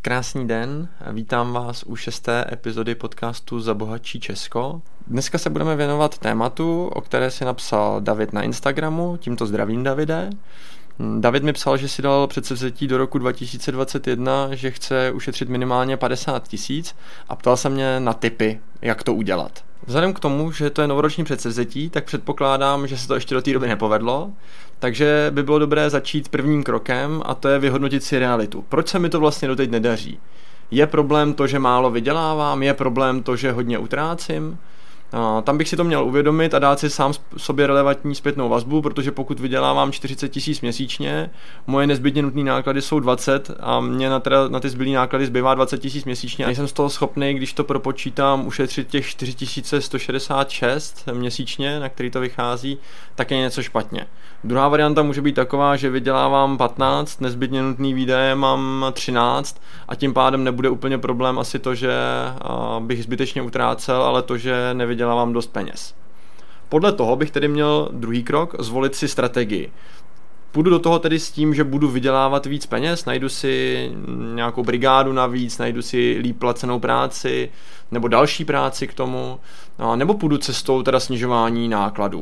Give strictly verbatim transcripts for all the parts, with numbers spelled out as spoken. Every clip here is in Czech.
Krásný den, vítám vás u šesté epizody podcastu Zabohatší Česko. Dneska se budeme věnovat tématu, o které si napsal David na Instagramu, tímto zdravím Davide. David mi psal, že si dal předsevzetí do roku dva tisíce dvacet jedna, že chce ušetřit minimálně padesát tisíc a ptal se mě na tipy, jak to udělat. Vzhledem k tomu, že to je novoroční předsevzetí, tak předpokládám, že se to ještě do té doby nepovedlo, takže by bylo dobré začít prvním krokem a to je vyhodnotit si realitu. Proč se mi to vlastně doteď nedaří? Je problém to, že málo vydělávám? Je problém to, že hodně utrácím? No, tam bych si to měl uvědomit a dát si sám sobě relevantní zpětnou vazbu, protože pokud vydělávám čtyřicet tisíc měsíčně, moje nezbytně nutné náklady jsou dvacet a mě na, teda, na ty zbylý náklady zbývá dvacet tisíc měsíčně. A nejsem z toho schopný, když to propočítám, ušetřit těch čtyři tisíce sto šedesát šest měsíčně, na který to vychází, tak je něco špatně. Druhá varianta může být taková, že vydělávám patnáct, nezbytně nutný výdaje mám třináct a tím pádem nebude úplně problém asi to, že bych zbytečně utrácel, ale to, že nevydělávám dost peněz. Podle toho bych tedy měl druhý krok, zvolit si strategii. Půjdu do toho tedy s tím, že budu vydělávat víc peněz, najdu si nějakou brigádu navíc, najdu si líp placenou práci nebo další práci k tomu, nebo půjdu cestou teda snižování nákladů.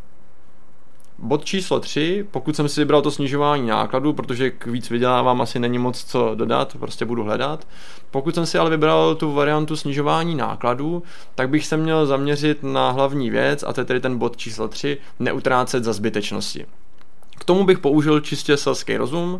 Bod číslo tři, pokud jsem si vybral to snižování nákladů, protože k víc vydělávám asi není moc co dodat, prostě budu hledat. Pokud jsem si ale vybral tu variantu snižování nákladů, tak bych se měl zaměřit na hlavní věc, a to je tedy ten bod číslo tři, neutrácet za zbytečnosti. K tomu bych použil čistě selský rozum.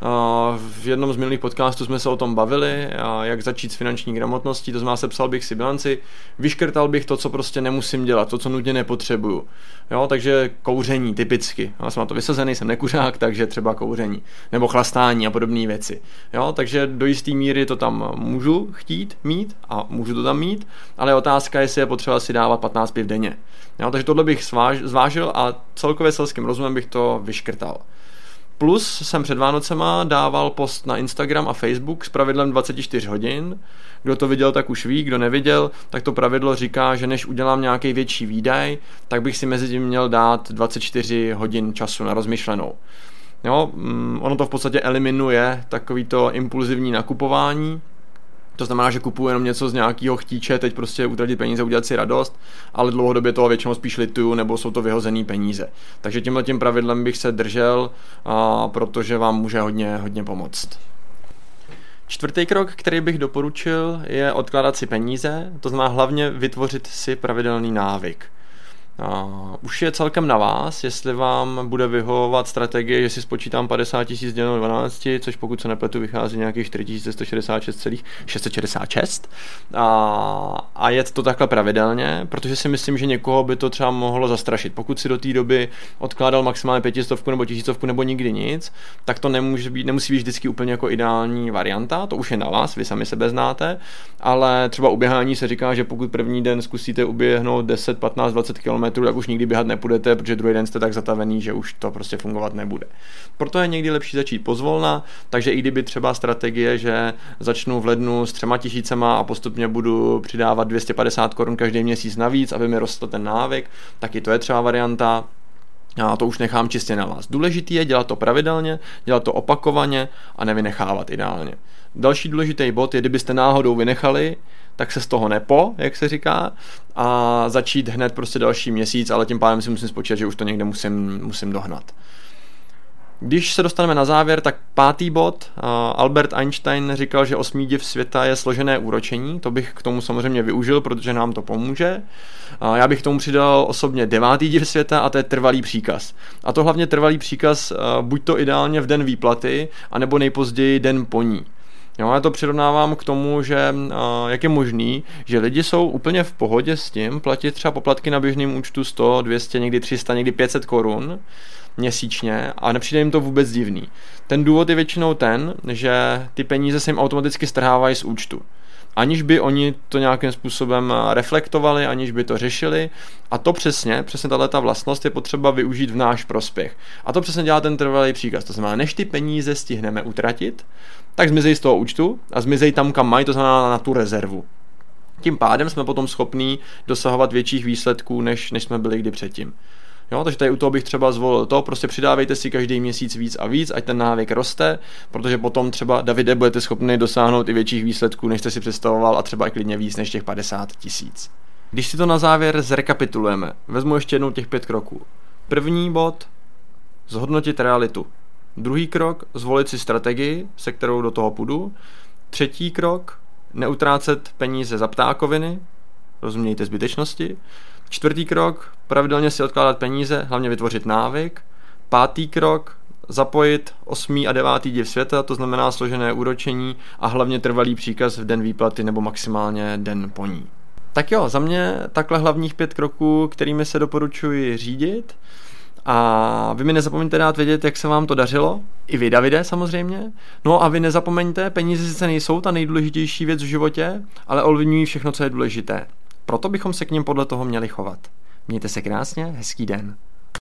V jednom z minulých podcastů jsme se o tom bavili, jak začít s finanční gramotností, to znamená, sepsal bych si bilanci, vyškrtal bych to, co prostě nemusím dělat, to, co nutně nepotřebuju. Jo, takže kouření typicky. Já jsem na to vysazený, jsem nekuřák, takže třeba kouření. Nebo chlastání a podobné věci. Jo, takže do jisté míry to tam můžu chtít mít a můžu to tam mít, ale otázka je, jestli je potřeba si dávat patnáct piv denně. Jo, takže tohle bych zváž, zvážil a celkově selským rozumem bych to vyškrtal. Plus jsem před Vánocema dával post na Instagram a Facebook s pravidlem dvacet čtyři hodin. Kdo to viděl, tak už ví, kdo neviděl, tak to pravidlo říká, že než udělám nějaký větší výdaj, tak bych si mezi tím měl dát dvacet čtyři hodin času na rozmyšlenou. Jo, ono to v podstatě eliminuje takovýto impulzivní nakupování. To znamená, že kupuju jenom něco z nějakého chtíče, teď prostě utratit peníze, udělat si radost, ale dlouhodobě toho většinou spíš lituju, nebo jsou to vyhozený peníze. Takže tímhletím pravidlem bych se držel, a protože vám může hodně, hodně pomoct. Čtvrtý krok, který bych doporučil, je odkládat si peníze, to znamená hlavně vytvořit si pravidelný návyk. Uh, už je celkem na vás, jestli vám bude vyhovovat strategie, že si spočítám padesát tisíc děleno dvanáct, což pokud se nepletu vychází nějakých čtyři tisíce sto šedesát šest celá šest set šedesát šest a, a jet to takhle pravidelně, protože si myslím, že někoho by to třeba mohlo zastrašit. Pokud si do té doby odkládal maximálně pětistovku nebo tisícovku nebo nikdy nic, tak to nemůže být, nemusí být vždycky úplně jako ideální varianta, to už je na vás, vy sami sebe znáte, ale třeba u běhání se říká, že pokud první den zkusíte uběhnout deset, patnáct, dvacet kilometrů, tak už nikdy běhat nepůjdete, protože druhý den jste tak zatavený, že už to prostě fungovat nebude. Proto je někdy lepší začít pozvolna, takže i kdyby třeba strategie, že začnu v lednu s třema tisícema a postupně budu přidávat dvě stě padesát korun každý měsíc navíc, aby mi rostl ten návyk, tak i to je třeba varianta. A to už nechám čistě na vás. Důležitý je dělat to pravidelně, dělat to opakovaně a nevynechávat ideálně. Další důležitý bod je, kdybyste náhodou vynechali, tak se z toho nepo, jak se říká, a začít hned prostě další měsíc, ale tím pádem si musím spočítat, že už to někde musím, musím dohnat. Když se dostaneme na závěr, tak pátý bod. Albert Einstein říkal, že osmý div světa je složené úročení. To bych k tomu samozřejmě využil, protože nám to pomůže. Já bych k tomu přidal osobně devátý div světa a to je trvalý příkaz. A to hlavně trvalý příkaz buď to ideálně v den výplaty, anebo nejpozději den po ní. Jo, já to přirovnávám k tomu, že uh, jak je možný, že lidi jsou úplně v pohodě s tím platit třeba poplatky na běžném účtu sto, dvě stě, někdy tři sta, někdy pět set korun měsíčně a nepřijde jim to vůbec divný. Ten důvod je většinou ten, že ty peníze se jim automaticky strhávají z účtu. Aniž by oni to nějakým způsobem reflektovali, aniž by to řešili. A to přesně, přesně tato vlastnost je potřeba využít v náš prospěch. A to přesně dělá ten trvalý příkaz. To znamená, než ty peníze stihneme utratit, tak zmizej z toho účtu a zmizej tam, kam mají, to znamená na tu rezervu. Tím pádem jsme potom schopní dosahovat větších výsledků, než, než jsme byli kdy předtím. Jo, takže tady u toho bych třeba zvolil to, prostě přidávejte si každý měsíc víc a víc, ať ten návyk roste, protože potom třeba, Davide, budete schopni dosáhnout i větších výsledků, než jste si představoval, a třeba i klidně víc než těch padesát tisíc. Když si to na závěr zrekapitulujeme, vezmu ještě jednou těch pět kroků. První bod, zhodnotit realitu. Druhý krok, zvolit si strategii, se kterou do toho půjdu. Třetí krok, neutrácet peníze za ptákoviny, rozumějte zbytečnosti. Čtvrtý krok, pravidelně si odkládat peníze, hlavně vytvořit návyk. Pátý krok, zapojit osmý a devátý div světa, to znamená složené úročení a hlavně trvalý příkaz v den výplaty nebo maximálně den po ní. Tak jo, za mě takhle hlavních pět kroků, kterými se doporučuji řídit. A vy mi nezapomeňte dát vědět, jak se vám to dařilo. I vy, Davide, samozřejmě. No a vy nezapomeňte, peníze sice nejsou ta nejdůležitější věc v životě, ale ovlivňují všechno, co je důležité. Proto bychom se k nim podle toho měli chovat. Mějte se krásně, hezký den.